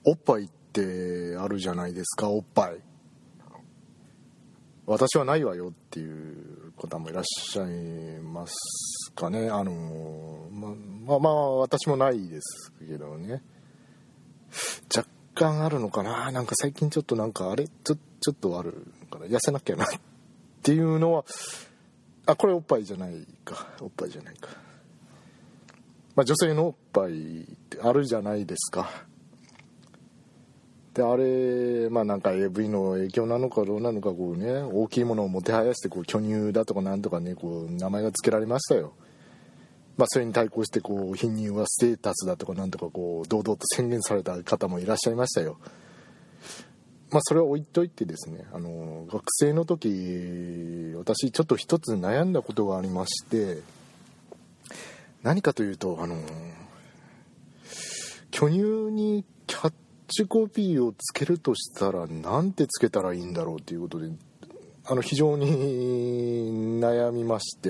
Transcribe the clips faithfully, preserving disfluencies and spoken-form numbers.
おっぱいってあるじゃないですか。おっぱい私はないわよっていう方もいらっしゃいますかね。あのままあまあ私もないですけどね、若干あるのかな。なんか最近ちょっとなんかあれちょちょっとあるから痩せなきゃなっていうのは、あこれおっぱいじゃないか、おっぱいじゃないか、まあ女性のおっぱいってあるじゃないですか。であれまあなんか エーブイ の影響なのかどうなのか、こうね大きいものをもてはやしてこう巨乳だとかなんとかねこう名前が付けられましたよ。まあそれに対抗してこう貧乳はステータスだとかなんとかこう堂々と宣言された方もいらっしゃいましたよ。まあそれは置いといてですね、あの学生の時私ちょっと一つ悩んだことがありまして、何かというとあの巨乳にキャッチコピーをつけるとしたらなんてつけたらいいんだろうということで、あの非常に悩みまして、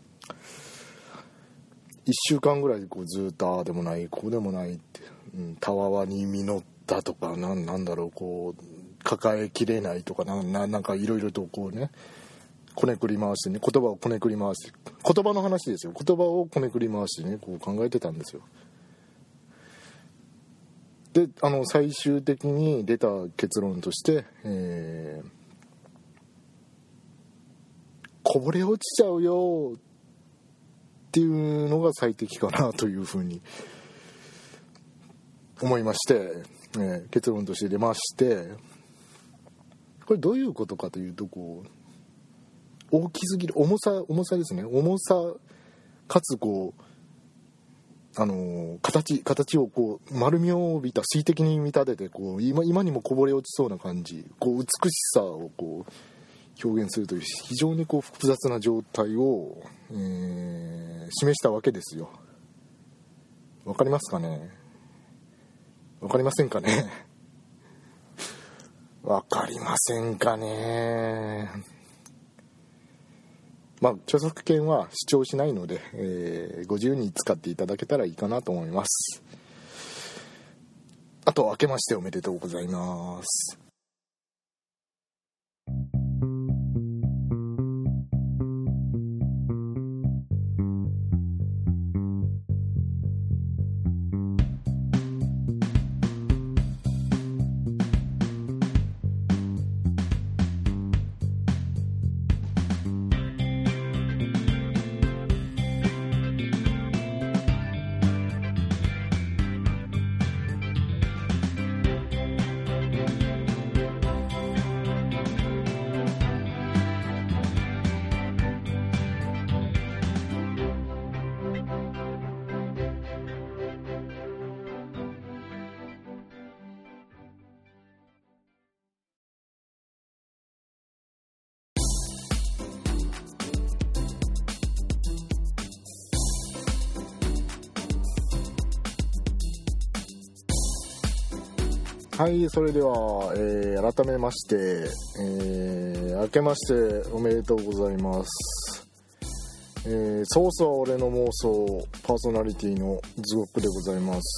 いっしゅうかんぐらいこうずっとああでもないこうでもないって、うん、たわわに実ったとか な, なんだろうこう抱えきれないとか な, な, なんかいろいろとこうねこねくり回してね、言葉をこねくり回して、言葉の話ですよ、言葉をこねくり回してねこう考えてたんですよ。であの最終的に出た結論として、えー、こぼれ落ちちゃうよっていうのが最適かなというふうに思いまして、えー、結論として出まして、これどういうことかというと、こう大きすぎる重さ重さですね、重さかつこうあの形形をこう丸みを帯びた水滴に見立ててこう 今, 今にもこぼれ落ちそうな感じ、こう美しさをこう表現するという非常にこう複雑な状態を、えー、示したわけですよ。わかりますかね、わかりませんかねわかりませんかね。まあ著作権は主張しないので、えー、ご自由に使っていただけたらいいかなと思います。あと明けましておめでとうございます。はい、それでは、えー、改めまして、えー、明けましておめでとうございます。えー、ソースは俺の妄想パーソナリティのズゴックでございます。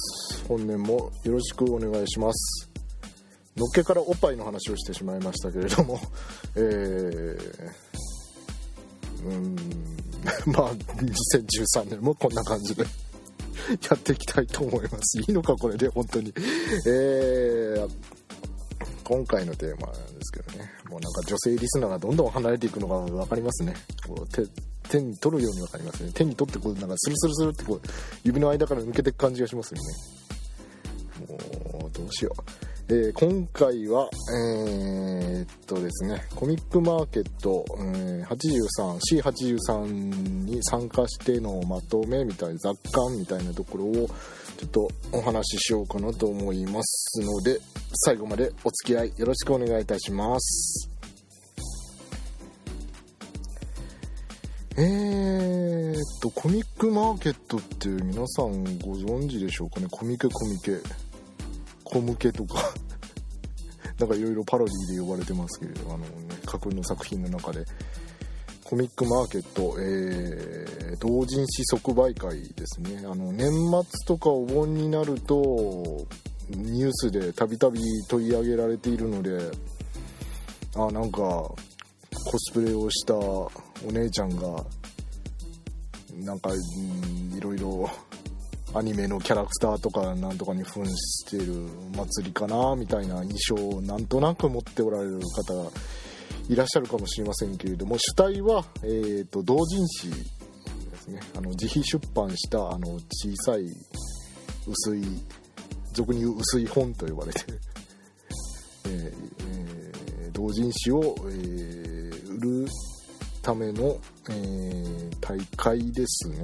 本年もよろしくお願いします。のっけからおっぱいの話をしてしまいましたけれども、えー、うーんまあにせんじゅうさんねんもこんな感じでやっていきたいと思います。いいのかこれで本当に、えー、今回のテーマなんですけどね、もうなんか女性リスナーがどんどん離れていくのが分かりますね。こう 手, 手に取るように分かりますね。手に取ってこうなんかスルスルスルってこう指の間から抜けていく感じがしますよね。もうどうしよう。えー、今回はえー、っとですねコミックマーケット、えー、はちじゅうさん シーはちじゅうさん に参加してのまとめみたいな雑感みたいなところをちょっとお話ししようかなと思いますので、最後までお付き合いよろしくお願いいたします。えーっとコミックマーケットって皆さんご存知でしょうかね。コミケコミケコムケとかなんかいろいろパロディで呼ばれてますけれど、あの、ね、架空の作品の中でコミックマーケット、えー、同人誌即売会ですね。あの年末とかお盆になるとニュースでたびたび取り上げられているので、あなんかコスプレをしたお姉ちゃんがなんか、うん、いろいろアニメのキャラクターとかなんとかに扮している祭りかなみたいな印象をなんとなく持っておられる方がいらっしゃるかもしれませんけれども、主体は、えーと、同人誌ですね。あの自費出版したあの小さい薄い、俗に言う薄い本と呼ばれている、えーえー、同人誌を、えー、売るための、えー、大会ですね。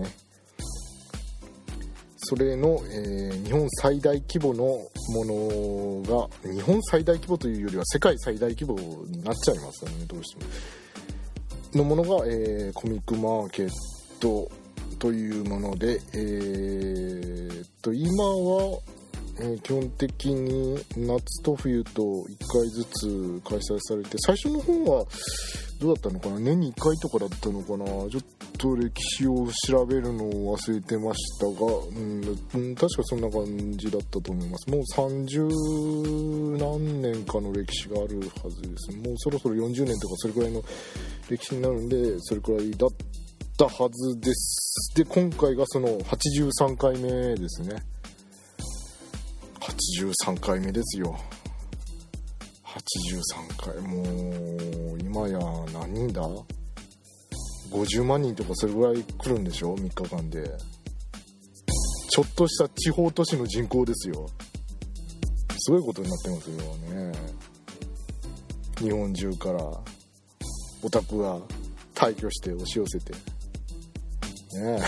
それの、えー、日本最大規模のものが、日本最大規模というよりは世界最大規模になっちゃいますよね、どうしても。のものが、えー、コミックマーケットというもので、えー、と今は、えー、基本的に夏と冬といっかいずつ開催されて、最初の方はどうだったのかな、年にいっかいとかだったのかな、ちょっと歴史を調べるのを忘れてましたが、うん、確かそんな感じだったと思います。もうさんじゅうなんねんかの歴史があるはずです。もうそろそろよんじゅうねんとかそれくらいの歴史になるんで、それくらいだったはずです。で、今回がそのはちじゅうさんかいめですね。はちじゅうさんかいめですよ。はちじゅうさんかい、もう今や何人だ、ごじゅうまんにんとかそれぐらい来るんでしょ、みっかかんで。ちょっとした地方都市の人口ですよ。すごいことになってますよね。日本中からオタクが大挙して押し寄せてねえ、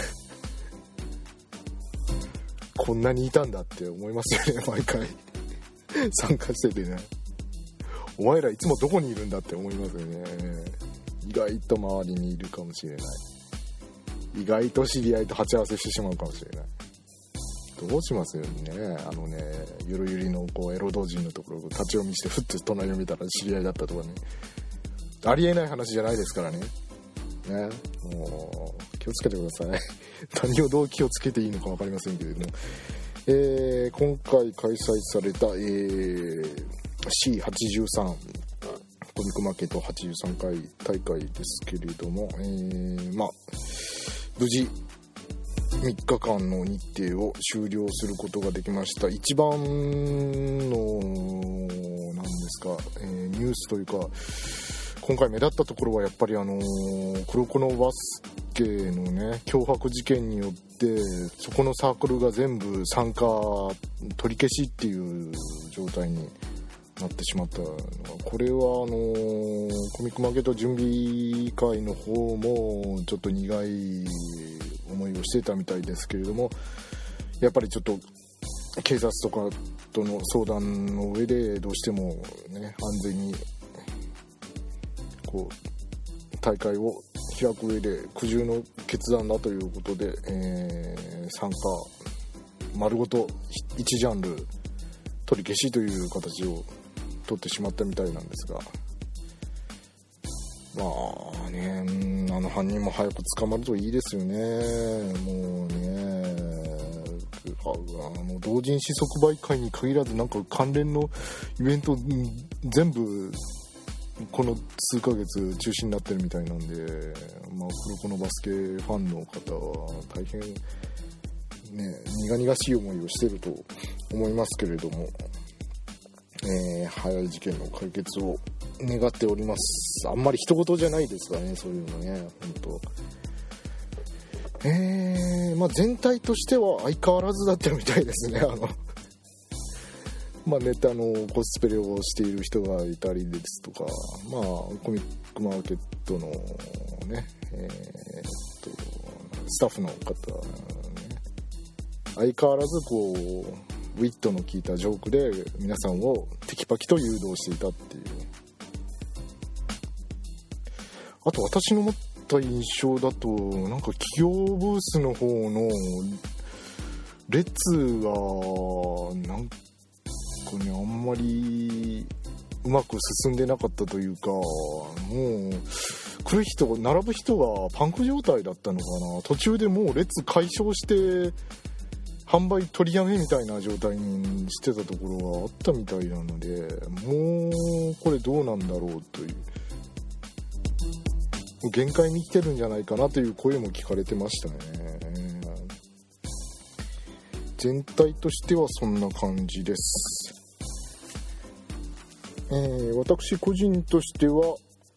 こんなにいたんだって思いますよね、毎回参加しててね。お前らいつもどこにいるんだって思いますよね。意外と周りにいるかもしれない。意外と知り合いと鉢合わせしてしまうかもしれない。どうしますよね。あのね、ゆるゆりのこうエロ同人のところを立ち読みしてふっと隣を見たら知り合いだったとかね。ありえない話じゃないですからね。ね、もう気をつけてください。何をどう気をつけていいのか分かりませんけれども、えー、今回開催された、えー、シーはちじゅうさん コミックマーケットはちじゅうさんかい大会ですけれども、えー、まあ無事みっかかんの日程を終了することができました。一番の何ですか、えー、ニュースというか今回目立ったところはやっぱりあのー、黒子のバスケのね脅迫事件によってそこのサークルが全部参加取り消しっていう状態になってしまったのは、これはあのー、コミックマーケット準備会の方もちょっと苦い思いをしてたみたいですけれども、やっぱりちょっと警察とかとの相談の上でどうしてもね安全にこう大会を開く上で苦渋の決断だということで、えー、参加丸ごと一ジャンル取り消しという形を取ってしまったみたいなんですが、まあね、あの犯人も早く捕まるといいですよね。もうね、あの同人誌即売会に限らずなんか関連のイベント全部この数ヶ月中止になってるみたいなんで、まあ黒子のバスケファンの方は大変ね苦々しい思いをしてると思いますけれども、えー、早い事件の解決を願っております。あんまり人事じゃないですがね、そういうのね、本当。えー、まあ全体としては相変わらずだったみたいですね。あのまあネタのコスプレをしている人がいたりですとか、まあコミックマーケットのね、えー、っとスタッフの方ね、相変わらずこうウィットの効いたジョークで皆さんをテキパキと誘導していたっていう。あと私の持った印象だとなんか企業ブースの方の列がなんかねあんまりうまく進んでなかったというか、もう来る人並ぶ人がパンク状態だったのかな。途中でもう列解消して販売取りやめみたいな状態にしてたところがあったみたいなので、もうこれどうなんだろうという、限界に来てるんじゃないかなという声も聞かれてましたね。全体としてはそんな感じです。えー、私個人としては、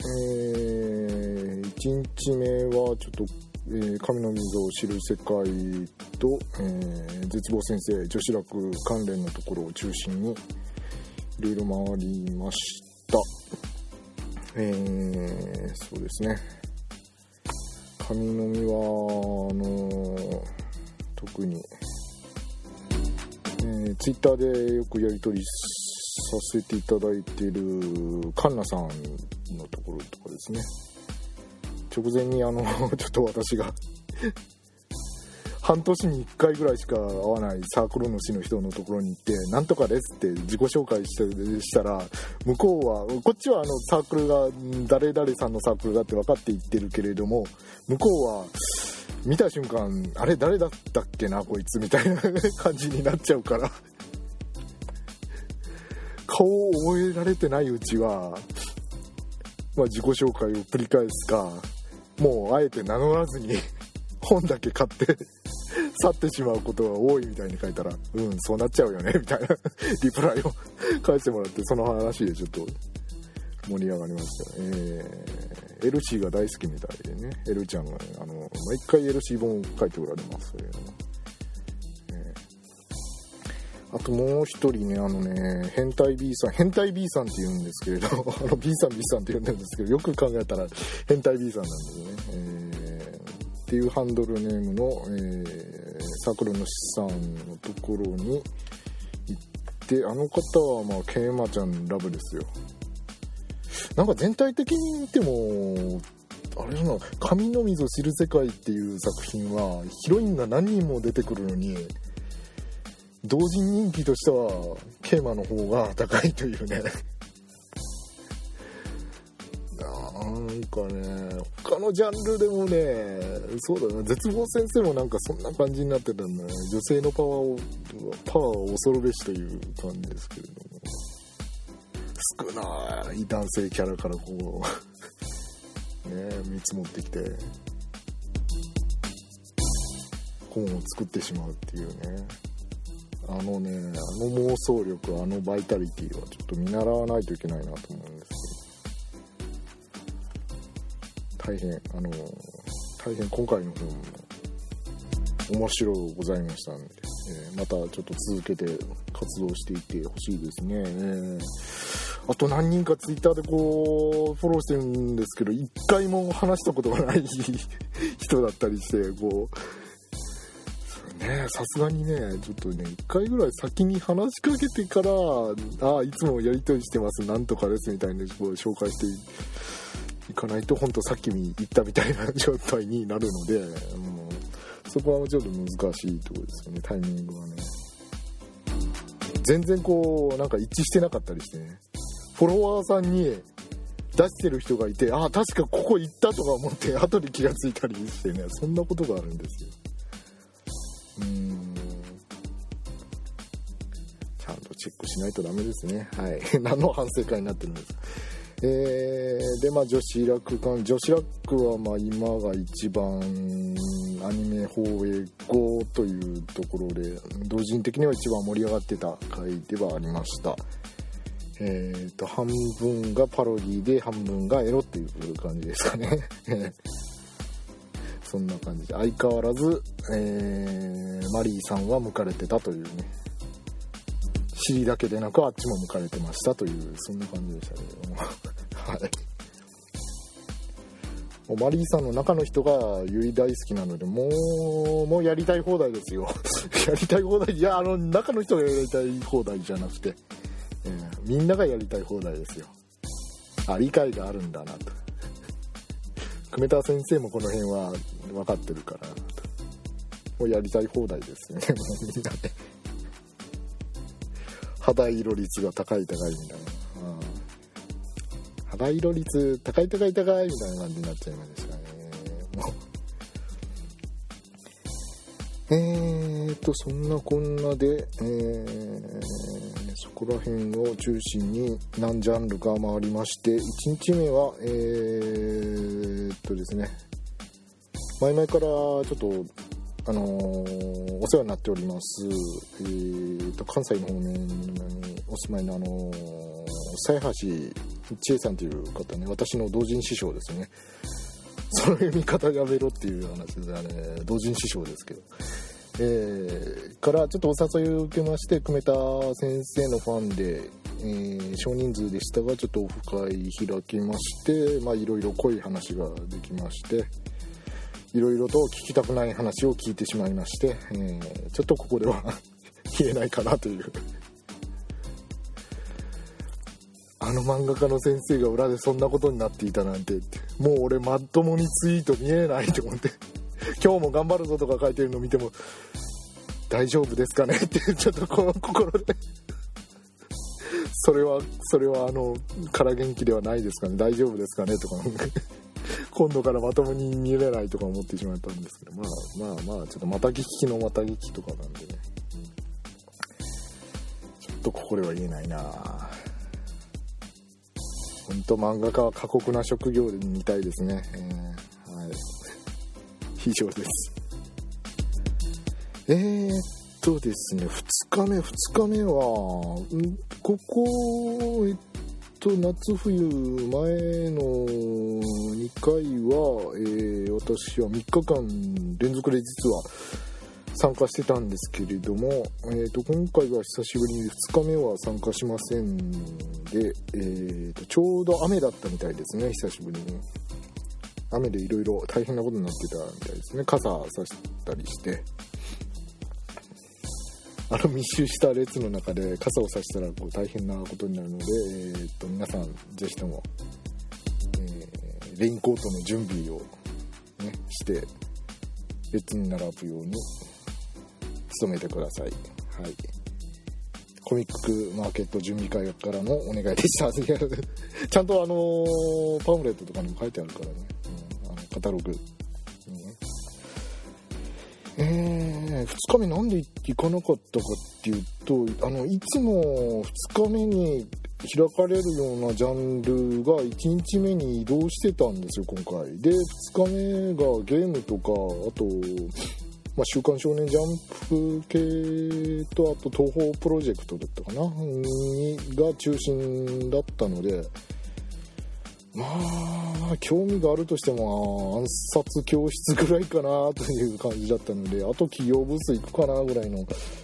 えー、いちにちめはちょっと、えー、神の溝を知る世界と、えー、絶望先生女子楽関連のところを中心にいろいろ回りました。えー、そうですね、神の実はあのー、特に、えー、ツイッターでよくやり取りさせていただいているカンナさんのところとかですね、直前にあのちょっと私が半年にいっかいぐらいしか会わないサークルの市の人のところに行ってなんとかですって自己紹介してしたら、向こうはこっちはあのサークルが誰々さんのサークルだって分かって言ってるけれども、向こうは見た瞬間あれ誰だったっけなこいつみたいな感じになっちゃうから顔を覚えられてないうちは、まあ、自己紹介を繰り返すか、もうあえて名乗らずに本だけ買って去ってしまうことが多いみたいに書いたら、うんそうなっちゃうよねみたいなリプライを返してもらって、その話でちょっと盛り上がりました。えー、エルシー が大好きみたいでね、エルちゃんが、ね、あの毎回 エルシー 本を書いておられます。そういうの、えー、あともう一人ね、あのね変態 B さん変態 B さんって言うんですけれどあの B さん B さんって呼んでるんですけど、よく考えたら変態 B さんなんですよね。えーっていうハンドルネームの、えー、サークルの資産のところに行って、あの方はまあケイマちゃんラブですよ。なんか全体的に見てもあれな、神の溝知る世界っていう作品はヒロインが何人も出てくるのに同人人気としてはケイマの方が高いというねなんかね、他のジャンルでもね、そうだな、絶望先生もなんかそんな感じになってたんだね。女性のパワーをパワーを恐るべしという感じですけれども、少ない男性キャラからこうね見積もってきて本を作ってしまうっていうね、あのねあの妄想力、あのバイタリティはちょっと見習わないといけないなと思うんですけど、大変あの大変今回の本も面白いございましたので、えー、またちょっと続けて活動していってほしいですね。えー、あと何人かツイッターでこうフォローしてるんですけど、一回も話したことがない人だったりして、こうね、さすがにねちょっとね一回ぐらい先に話しかけてから、あいつもやり取りしてますなんとかですみたいにこう紹介していかないと、本当さっき言ったみたいな状態になるので、もうそこはちょっと難しいところですよね、タイミングがね。全然こうなんか一致してなかったりしてね、フォロワーさんに出してる人がいて、あ確かここ行ったとか思って後で気がついたりしてね、そんなことがあるんですよ。うーんちゃんとチェックしないとダメですね。はい何の反省会になってるんですか。えー、でまあ女子楽館女子楽はまあ今が一番アニメ放映後というところで同人的には一番盛り上がってた回ではありました。えーと半分がパロディで半分がエロっていう感じですかねそんな感じで相変わらず、えー、マリーさんは向かれてたというね、尻だけでなくあっちも向かれてましたという、そんな感じでしたけどもはい、マリーさんの中の人がユイ大好きなので、もうもうやりたい放題ですよやりたい放題、いやあの中の人がやりたい放題じゃなくて、えー、みんながやりたい放題ですよ。あ理解があるんだなと久米田先生もこの辺は分かってるからなと、もうやりたい放題ですよねもうみんなで肌色率が高い高いみたいな、肌色率高い高い高いみたいな感じになっちゃいましたね。もうえーとそんなこんなで、えー、そこら辺を中心に何ジャンルか回りまして、いちにちめはえーっとですね前々からちょっとあのー、お世話になっております、えー、と関西の方面にお住まいのあのー、犀橋千恵さんという方ね、私の同人師匠ですね。その読み方やめろっていう話で、あれ同人師匠ですけど、えー、からちょっとお誘いを受けまして、久米田先生のファンで、えー、少人数でしたがちょっとオフ会開きまして、まあいろいろ濃い話ができまして、いろいろと聞きたくない話を聞いてしまいまして、えー、ちょっとここでは言えないかなというあの漫画家の先生が裏でそんなことになっていたなんて、もう俺まともにツイート見えないと思って今日も頑張るぞとか書いてるの見ても大丈夫ですかねってちょっとこの心でそれはそれはあの空元気ではないですかね、大丈夫ですかねとか今度からまともに見れないとか思ってしまったんですけど、まあまあまあちょっとまた聞きのまた聞きとかなんでね、ちょっとここでは言えないな。本当漫画家は過酷な職業でみたいですね、えー、はい以上です。えーっとですねふつかめふつかめはここえっと夏冬前のにかいは、えー、私はみっかかん連続で実は参加してたんですけれども、えー、と今回は久しぶりにふつかめは参加しませんで、えー、とちょうど雨だったみたいですね。久しぶりに雨でいろいろ大変なことになってたみたいですね。傘さしたりして、あの密集した列の中で傘を差したらこう大変なことになるので、えー、と皆さんぜひとも、えー、レインコートの準備を、ね、して列に並ぶように努めてください。はい。コミックマーケット準備会からのお願いでした。ちゃんとあのー、パンフレットとかにも書いてあるからね、うん、あのカタログ、うん、えー、ふつかめなんで行かなかったかっていうと、あのいつもふつかめに開かれるようなジャンルがいちにちめに移動してたんですよ今回で。ふつかめがゲームとか、あとまあ、週刊少年ジャンプ系と、あと東宝プロジェクトだったかなにが中心だったので、まあ興味があるとしても暗殺教室ぐらいかなという感じだったので、あと企業ブース行くかなぐらいの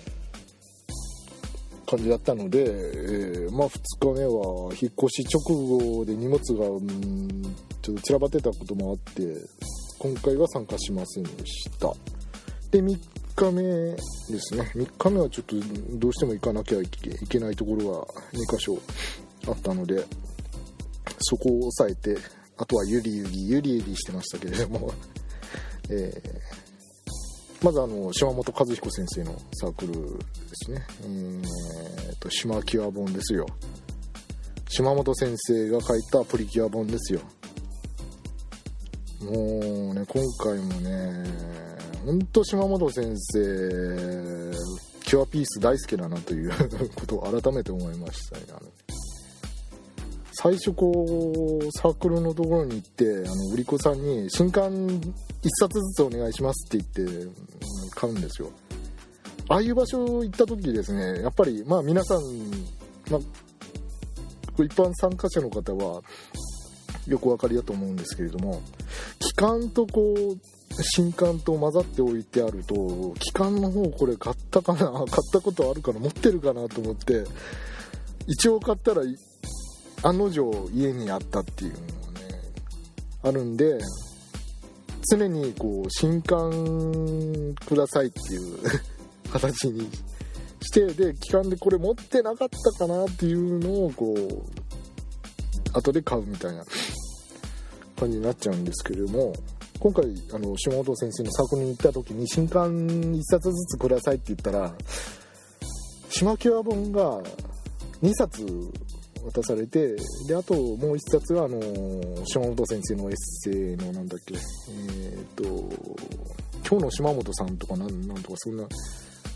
感じだったので、えー、まあふつかめは引っ越し直後で荷物がうんちょっと散らばってたこともあって今回は参加しませんでした。でみっかめですね。みっかめはちょっとどうしても行かなきゃいけないところがにかしょあったので、そこを抑えて、あとはゆりゆりゆりゆりしてましたけれども、えー、まずあの島本和彦先生のサークルですね。えー、と島キュア本ですよ。島本先生が書いたプリキュア本ですよ。もうね今回もねほんと島本先生キュアピース大好きだなということを改めて思いましたね。あの最初こうサークルのところに行ってあの売り子さんに新刊いっさつずつお願いしますって言って買うんですよ。ああいう場所行った時ですね、やっぱりまあ皆さん、まあ、一般参加者の方はよくお分かりだと思うんですけれども、期間とこう新刊と混ざっておいてあると、期間の方これ買ったかな買ったことあるかな持ってるかなと思って一応買ったら案の定家にあったっていうのがねあるんで、常にこう新刊くださいっていう形にして、で期間でこれ持ってなかったかなっていうのをこう後で買うみたいな感じになっちゃうんですけれども、今回あの島本先生のサークルに行った時に新刊いっさつずつくださいって言ったら、島キュア本がにさつ渡されて、であともういっさつはあの島本先生のエッセイのなんだっけえー、っと今日の島本さんとかなんなんとかそんな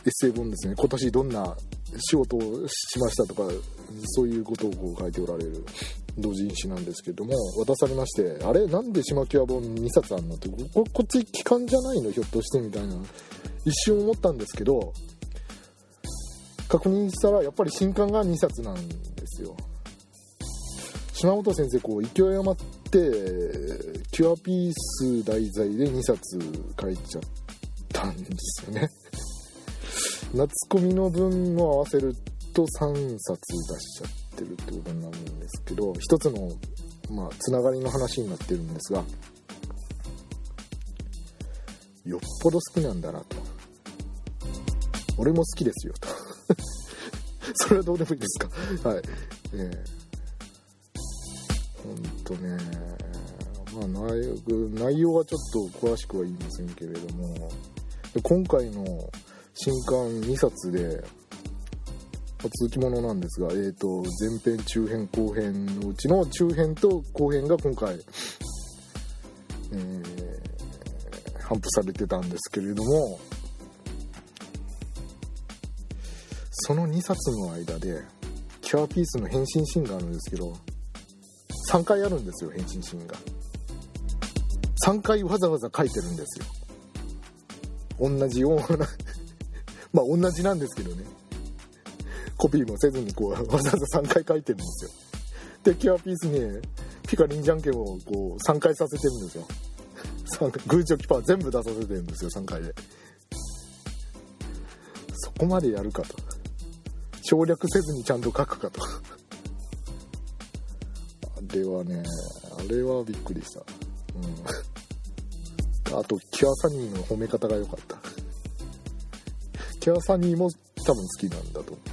エッセイ本ですね。今年どんな仕事をしましたとか、そういうことをこう書いておられる同人誌なんですけども、渡されまして、あれなんで島際本にさつあんのって、こ, こっち期間じゃないのひょっとしてみたいな一瞬思ったんですけど、確認したらやっぱり新刊がにさつなんですよ。島本先生こう勢い余ってキュアピース題材でにさつ書いちゃったんですよね。夏コミの分を合わせるとさんさつ出しちゃってるってことになるんですけど、一つのまあつながりの話になってるんですが、よっぽど好きなんだなと、俺も好きですよとそれはどうでもいいですか。はい、えー、ほんとね、まあ内容、内容はちょっと詳しくは言いませんけれども、今回の新刊にさつで続きものなんですが、えーと前編中編後編のうちの中編と後編が今回、えー、頒布されてたんですけれども、そのにさつの間でキュアピースの変身シーンがあるんですけど、さんかいあるんですよ。変身シーンがさんかいわざわざ書いてるんですよ。同じようなまあ同じなんですけどね、コピーもせずにこうわざわざさんかい書いてるんですよ。でキュアピースにピカリンじゃんけんをこうさんかいさせてるんですよ。グーチョキパー全部出させてるんですよ、さんかいで。そこまでやるかと、省略せずにちゃんと書くかとあれはね、あれはびっくりした。うん、あとキュアサニーの褒め方が良かった。キュアサニーも多分好きなんだと思うね、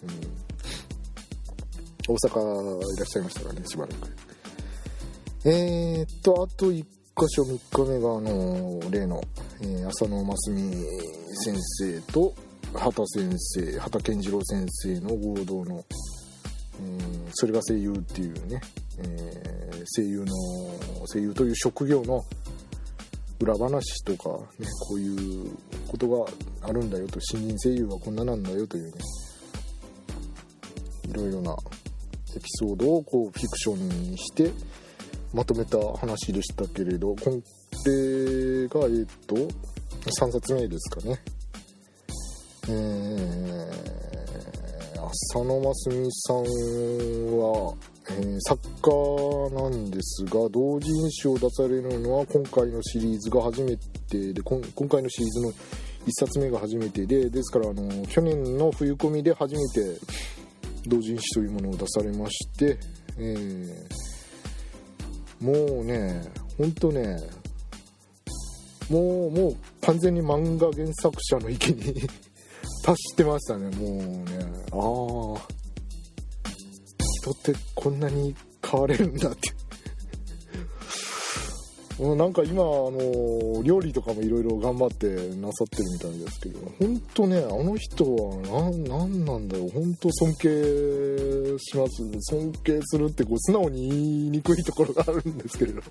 うん、大阪いらっしゃいましたからね、しばらく。えーっとあといっかしょみっかめがあの例の、えー、浅野真澄先生と畑先生、畑健次郎先生の合同の、えー、それが声優っていうね、えー、声優の声優という職業の裏話とかね、こういうことがあるんだよと、新人声優はこんななんだよというね、いろいろなエピソードをこうフィクションにしてまとめた話でしたけれど、これがえっとさんさつめですかね。えー、浅野真澄さんは、えー、作家なんですが、同人誌を出されるのは今回のシリーズが初めてで、今回のシリーズのいっさつめが初めてで、ですからあの去年の冬コミで初めて同人誌というものを出されまして、えー、もうね、ほんとね、もうもう完全に漫画原作者の域に達してましたね。もうね、ああ、人ってこんなに変われるんだってなんか今あの料理とかもいろいろ頑張ってなさってるみたいですけど、本当ね、あの人はなんなんなんだろう、本当尊敬します。尊敬するってこう素直に言いにくいところがあるんですけれど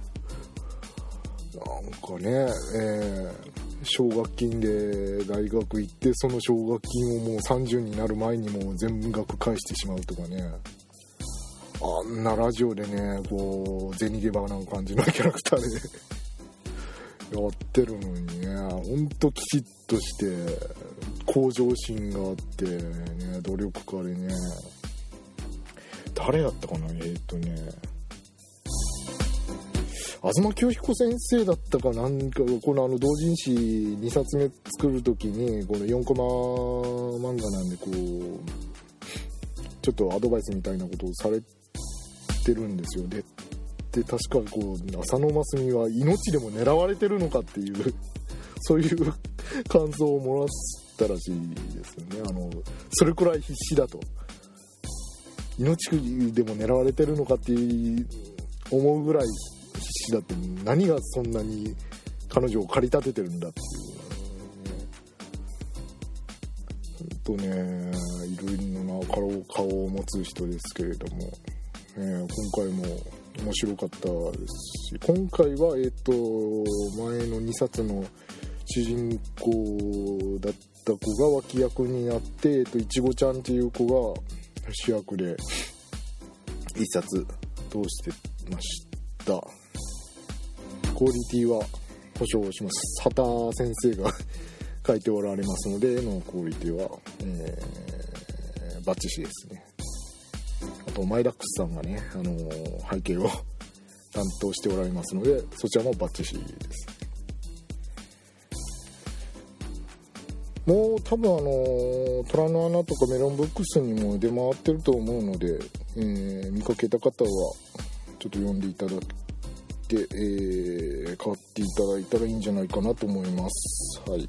なんかね、えー、奨学金で大学行って、その奨学金をもうさんじゅうになる前にもう全額返してしまうとかね、あんなラジオでね、こう銭ゲバな感じのキャラクターでやってるのにね、ほんときちっとして向上心があってね、努力家でね、誰やったかな、えーっとね東清彦先生だったかなんか、このあの同人誌にさつめ作るときに、このよんコマ漫画なんでこうちょっとアドバイスみたいなことをされてるんですよ。で、で確かこう浅野真澄は命でも狙われてるのかっていうそういう感想をもらったらしいですよね。あのそれくらい必死だと、命でも狙われてるのかって思うぐらい必死だって、何がそんなに彼女を駆り立ててるんだっていう、本当ね、いろいろな顔を持つ人ですけれども、えー、今回も面白かったですし、今回はえっと前のにさつの主人公だったった子が脇役になって、えっと、いちごちゃんっていう子が主役で一冊通してました。クオリティは保証します。畑先生が書いておられますので、絵のクオリティは、えー、バッチシですね。あとマイダックスさんがね、あのー、背景を担当しておられますので、そちらもバッチシです。もう多分あのー、虎の穴とかメロンブックスにも出回ってると思うので、えー、見かけた方はちょっと読んでいただいて、えー、買っていただいたらいいんじゃないかなと思います。はい。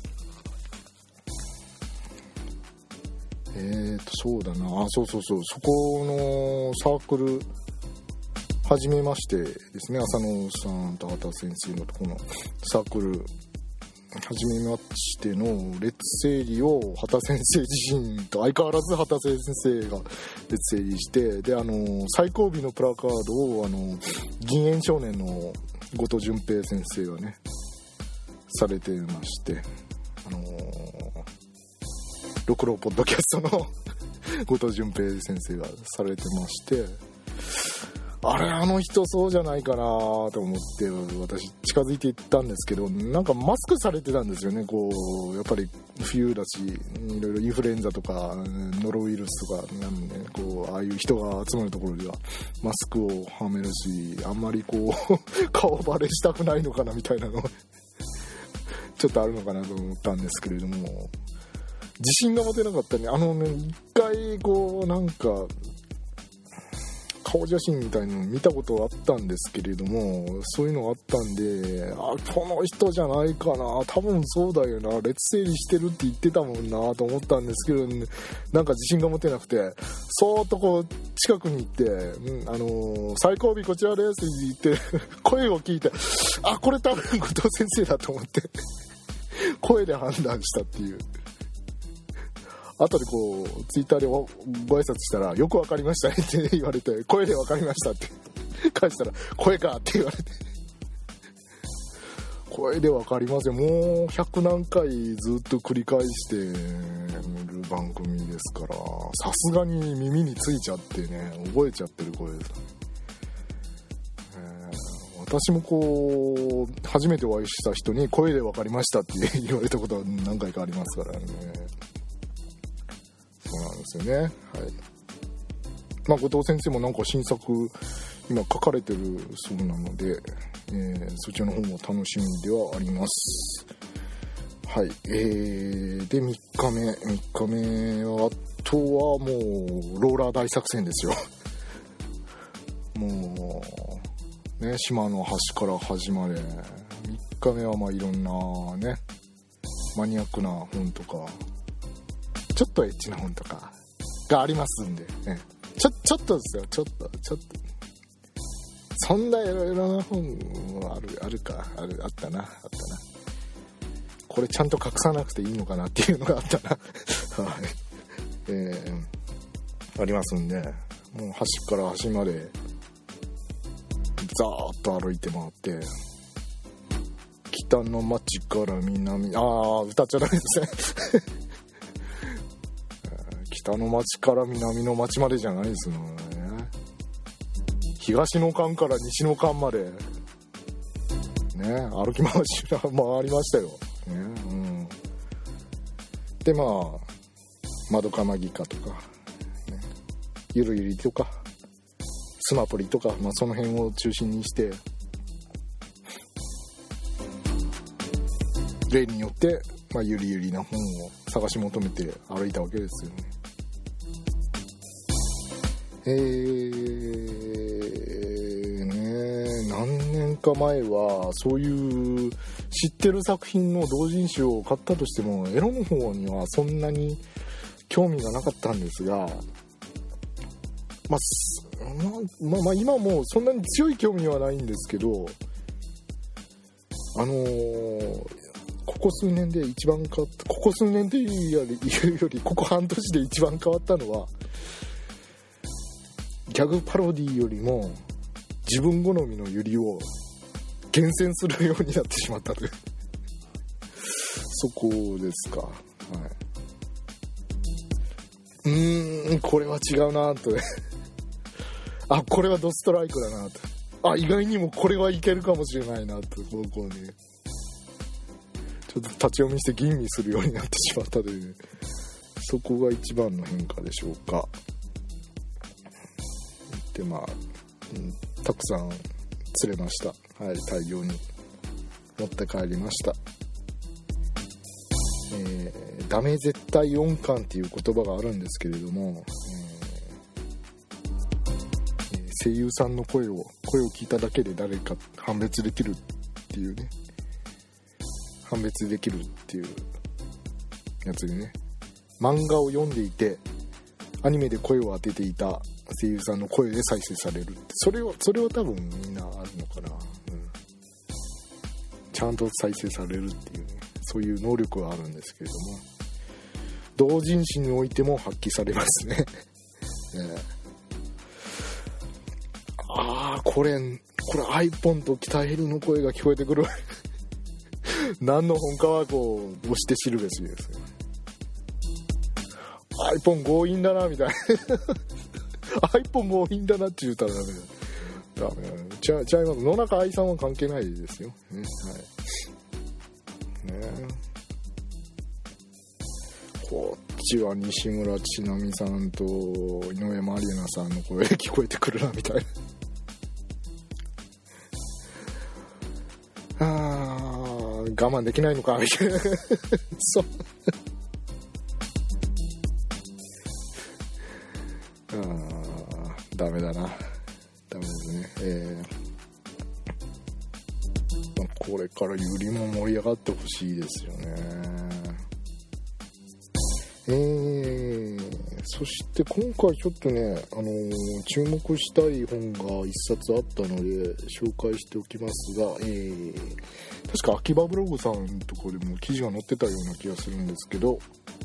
えーとそうだなあ、そうそうそう、そこのサークルはじめましてですね、浅野さんと畑先生のとこのサークルはじめましての列整理を畑先生自身と相変わらず畑先生が列整理して、であの最後尾のプラカードをあの銀塩少年の後藤淳平先生がねされてまして、あの六郎ポッドキャストの後藤淳平先生がされてまして、あれあの人そうじゃないかなと思って私近づいていったんですけど、なんかマスクされてたんですよね。こうやっぱり冬だし、いろいろインフルエンザとかノロウイルスとかなんで、こうああいう人が集まるところではマスクをはめるし、あんまりこう顔バレしたくないのかなみたいなのちょっとあるのかなと思ったんですけれども、自信が持てなかったね。あのね、一回こうなんか顔写真みたいなの見たことあったんですけれども、そういうのがあったんで、あ、この人じゃないかな、多分そうだよな、列整理してるって言ってたもんなと思ったんですけど、ね、なんか自信が持てなくて、そーっとこう近くに行って、うん、あのー、最後尾こちらですって言って声を聞いて、あ、これ多分後藤先生だと思って声で判断したっていう。後でこうツイッターでご挨拶したら、よくわかりましたねって言われて、声でわかりましたって返したら、声かって言われて声でわかりますよ。もうひゃく何回ずっと繰り返して見る番組ですから、さすがに耳についちゃってね、覚えちゃってる声です、えー、私もこう初めてお会いした人に声でわかりましたって言われたことは何回かありますからね。そうなんですよね。はい。まあ後藤先生もなんか新作今書かれてるそうなので、えー、そちらの方も楽しみではあります。はい。えー、でみっかめみっかめはあとはもうローラー大作戦ですよ。もうね、島の端から始まれ。みっかめはまあいろんなねマニアックな本とか。ちょっとエッチな本とかがありますんで、ね、ちょちょっとですよ、ちょっとちょっとそんないろいろな本はあるあるかあるあったなあったな。これちゃんと隠さなくていいのかなっていうのがあったなはい、えー、ありますんで、もう端から端までザーッと歩いて回って、北の町から南、ああ歌っちゃダメですね北の町から南の町までじゃないですよね。東の関から西の関までね、歩き回し回りましたよ、ね、うん、でまあまどかマギカとか、ね、ゆるゆりとかスマプリとか、まあ、その辺を中心にして例によって、まあ、ゆりゆりな本を探し求めて歩いたわけですよね。えーね、何年か前はそういう知ってる作品の同人誌を買ったとしてもエロの方にはそんなに興味がなかったんですが、まあ、まあ、まあ今もそんなに強い興味はないんですけど、あのー、ここ数年で一番変わったここ数年というより、いうよりここ半年で一番変わったのは、ギャグパロディよりも自分好みのユリを厳選するようになってしまったというそこですか。 うーんこれは違うなとあこれはドストライクだなと、あ意外にもこれはいけるかもしれないなと、こうこうねちょっと立ち読みして吟味するようになってしまったという、ね、そこが一番の変化でしょうか。でまあ、うん、たくさん釣れました。はい、大量に持って帰りました。えー、ダメ絶対音感っていう言葉があるんですけれども、えー、声優さんの声を声を聞いただけで誰か判別できるっていうね、判別できるっていうやつでね、漫画を読んでいてアニメで声を当てていた声優さんの声で再生されるって、それをそれは多分みんなあるのかな、うん、ちゃんと再生されるっていうね、そういう能力はあるんですけれども、同人誌においても発揮されますね。ねああこれこれ iPhone と北ヘリの声が聞こえてくる何の本かはこう押して知るべしですね。 iPhone 強引だなみたいなiPhone 強引だなって言ったらダメだダメだちゃちゃいます。野中愛さんは関係ないですよ、ね、はいね、こっちは西村千奈美さんと井上まりなさんの声聞こえてくるなみたいなあー我慢できないのかみたいなそうあーダメだな、ダメですね。えーまあ、これからゆりも盛り上がってほしいですよね。えー、そして今回ちょっとね、あのー、注目したい本が一冊あったので紹介しておきますが、えー、確か秋葉ブログさんのところでも記事が載ってたような気がするんですけど、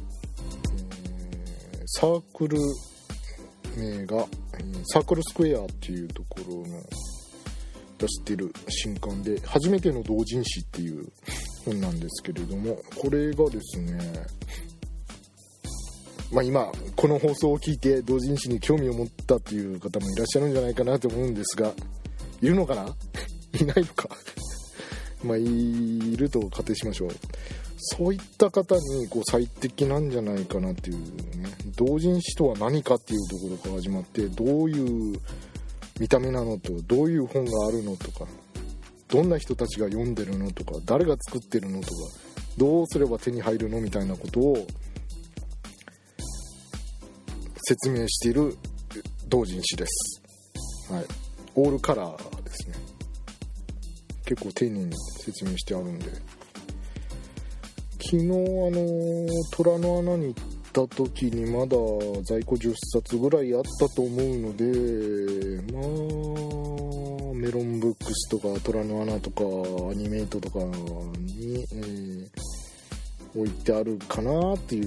えー、サークル名がサークルスクエアっていうところの出してる新刊で初めての同人誌っていう本なんですけれども、これがですね、まあ今この放送を聞いて同人誌に興味を持ったっていう方もいらっしゃるんじゃないかなと思うんですが、いるのかないないのかまあいると仮定しましょう。そういった方にこう最適なんじゃないかなっていうね、同人誌とは何かっていうところから始まって、どういう見た目なのと、どういう本があるのとか、どんな人たちが読んでるのとか、誰が作ってるのとか、どうすれば手に入るのみたいなことを説明している同人誌です。はい、オールカラーですね。結構丁寧に説明してあるんで、昨日あの虎の穴に行った時にまだ在庫じゅっさつぐらいあったと思うので、まあメロンブックスとか虎の穴とかアニメイトとかに、えー、置いてあるかなっていう、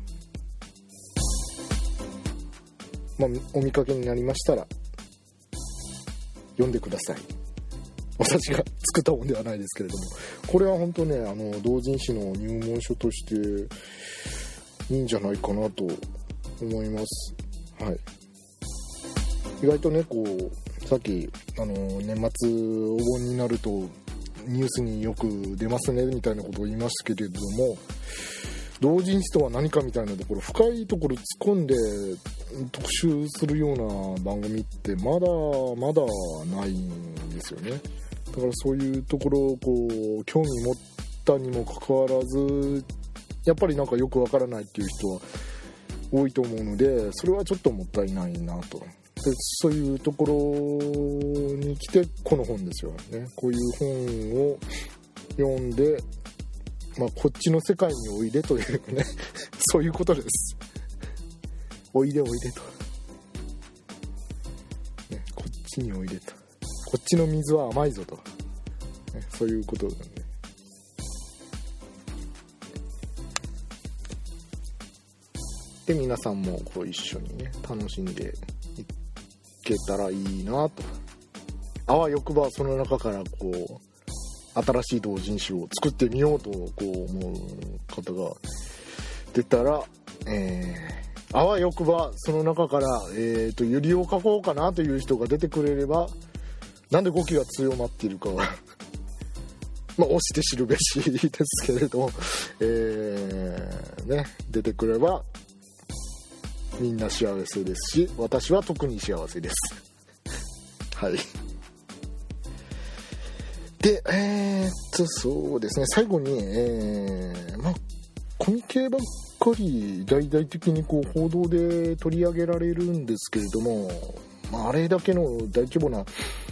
まあお見かけになりましたら読んでください。私が作った本ではないですけれども、これは本当ね、あの同人誌の入門書としていいんじゃないかなと思います。はい。意外とね、こうさっきあの年末お盆になるとニュースによく出ますねみたいなことを言いますけれども、同人誌とは何かみたいなところ、深いところ突っ込んで特集するような番組ってまだまだないんですよね。だからそういうところをこう興味持ったにもかかわらず、やっぱりなんかよくわからないっていう人は多いと思うので、それはちょっともったいないなと。でそういうところに来てこの本ですよね。こういう本を読んで、まあ、こっちの世界においでというねそういうことです。おいでおいでと、ね、こっちにおいでと、こっちの水は甘いぞと、ね、そういうことなんで、で皆さんもこう一緒にね楽しんでいけたらいいなと。あわよくばその中からこう新しい同人誌を作ってみようとこう思う方がってたら、えー、あわよくばその中から、えー、とユリを描こうかなという人が出てくれれば、なんで語気が強まっているかはまあ押して知るべしですけれど、えーね、出てくればみんな幸せですし、私は特に幸せですはい。で、えー、っとそうですね、最後に、えー、まあコミケばっかり大々的にこう報道で取り上げられるんですけれども、まあ、あれだけの大規模な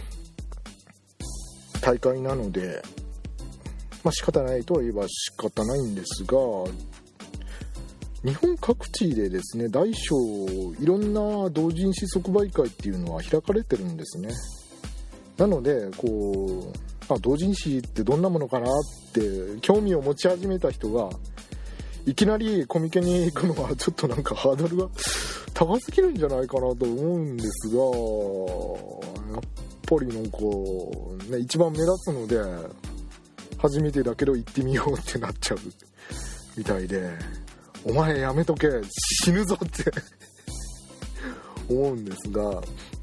大会なので、まあ仕方ないとは言えば仕方ないんですが、日本各地でですね、大小いろんな同人誌即売会っていうのは開かれてるんですね。なのでこう、あ、同人誌ってどんなものかなって興味を持ち始めた人がいきなりコミケに行くのはちょっとなんかハードルが高すぎるんじゃないかなと思うんですが、やっぱりなんか、ね、一番目立つので初めてだけど行ってみようってなっちゃうみたいで、お前やめとけ死ぬぞって思うんですが、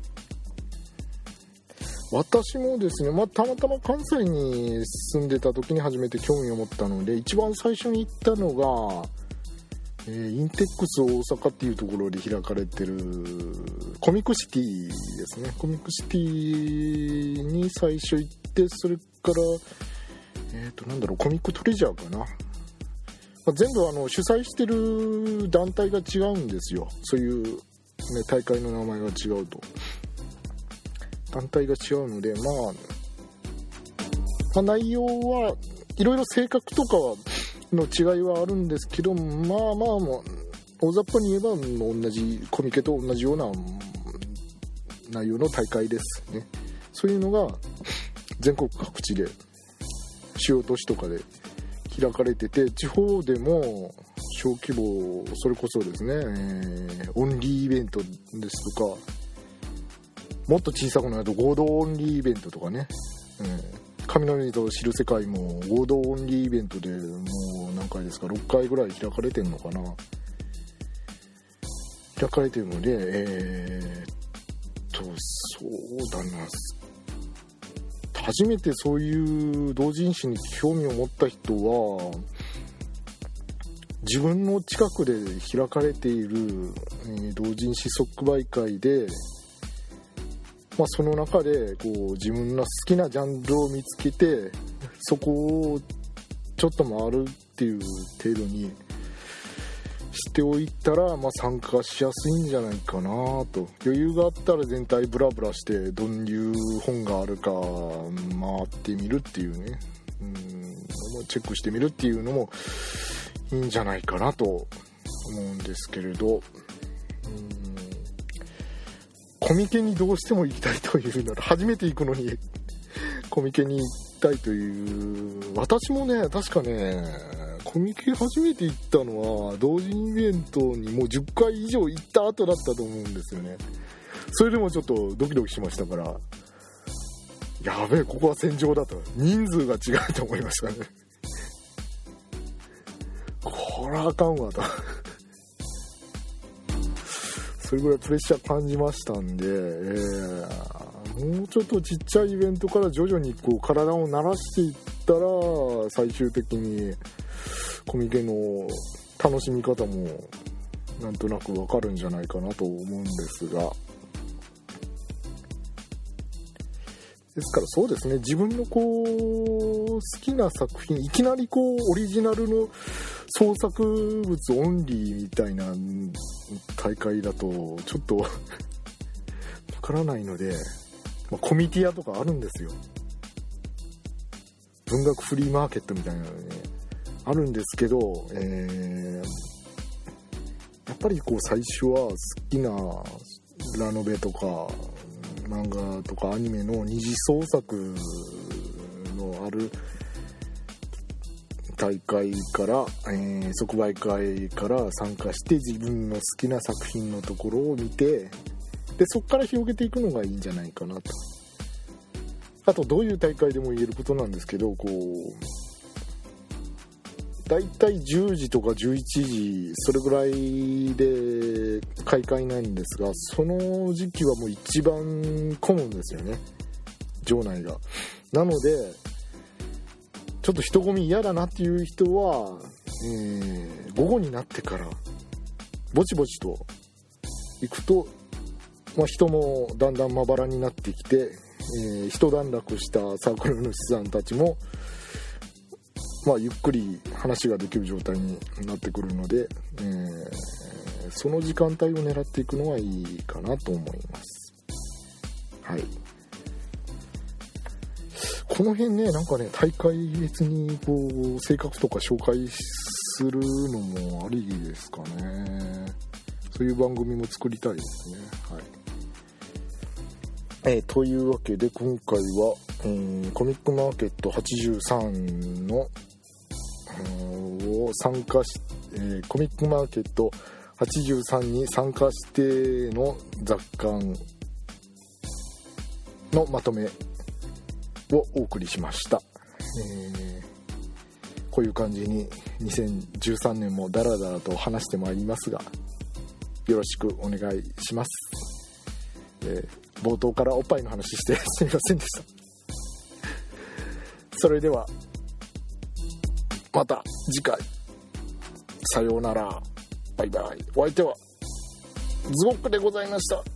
私もですね、まあ、たまたま関西に住んでた時に初めて興味を持ったので、一番最初に行ったのが、えー、インテックス大阪っていうところで開かれてるコミックシティですね。コミックシティに最初行って、それからえっとなんだろう、コミックトレジャーかな、まあ、全部あの主催してる団体が違うんですよ。そういう、ね、大会の名前が違うと団体が違うので、まあ、まあ内容はいろいろ性格とかはの違いはあるんですけど、まあまあまあ大雑把に言えば同じコミケと同じような内容の大会ですね。そういうのが全国各地で主要都市とかで開かれてて、地方でも小規模、それこそですね、えー、オンリーイベントですとか、もっと小さくなると合同オンリーイベントとかね、えー、神の水を知る世界も合同オンリーイベントでもう何回ですか、ろっかいぐらい開かれてるのかな、開かれてるので、えー、っとそうだな、初めてそういう同人誌に興味を持った人は、自分の近くで開かれている、えー、同人誌即売会で、まあ、その中でこう自分の好きなジャンルを見つけて、そこをちょっと回るっていう程度にしておいたら、まあ、参加しやすいんじゃないかなと。余裕があったら全体ブラブラしてどういう本があるか回ってみるっていうね、うん、チェックしてみるっていうのもいいんじゃないかなと思うんですけれど、うん、コミケにどうしても行きたいというなら、初めて行くのにコミケに行きたいという、私もね、確かね、コミケ初めて行ったのは同人イベントにもうじゅっかい以上行った後だったと思うんですよね。それでもちょっとドキドキしましたから、やべえ、ここは戦場だと、人数が違うと思いましたね。こらあかんわとそれぐらいプレッシャー感じましたんで、えー、もうちょっとちっちゃいイベントから徐々にこう体を慣らしていったら、最終的にコミケの楽しみ方もなんとなくわかるんじゃないかなと思うんですが、ですからそうですね、自分のこう好きな作品、いきなりこうオリジナルの創作物オンリーみたいな大会だとちょっとわからないので、まあ、コミティアとかあるんですよ。文学フリーマーケットみたいなのね、あるんですけど、えー、やっぱりこう最初は好きなラノベとか漫画とかアニメの二次創作のある大会から、えー、即売会から参加して自分の好きな作品のところを見て、でそこから広げていくのがいいんじゃないかなと。あとどういう大会でも言えることなんですけど、こうだいたいじゅうじとかじゅういちじそれぐらいで開会なんですが、その時期はもう一番混むんですよね、場内が。なのでちょっと人混み嫌だなっていう人は、えー、午後になってからぼちぼちと行くと、まあ、人もだんだんまばらになってきて、えー、一段落したサークルの主さんたちもまあ、ゆっくり話ができる状態になってくるので、えー、その時間帯を狙っていくのはいいかなと思います。はい。この辺ね、なんかね、大会別にこう性格とか紹介するのもありですかね。そういう番組も作りたいですね。はい。えー、というわけで今回は、えー、コミックマーケットはちじゅうさんのを参加し、えー、コミックマーケットはちじゅうさんに参加しての雑感のまとめをお送りしました。えー、こういう感じににせんじゅうさんねんもダラダラと話してまいりますが、よろしくお願いします。えー、冒頭からおっぱいの話してすみませんでした。それではまた次回、さようなら、バイバイ。お相手はズゴックでございました。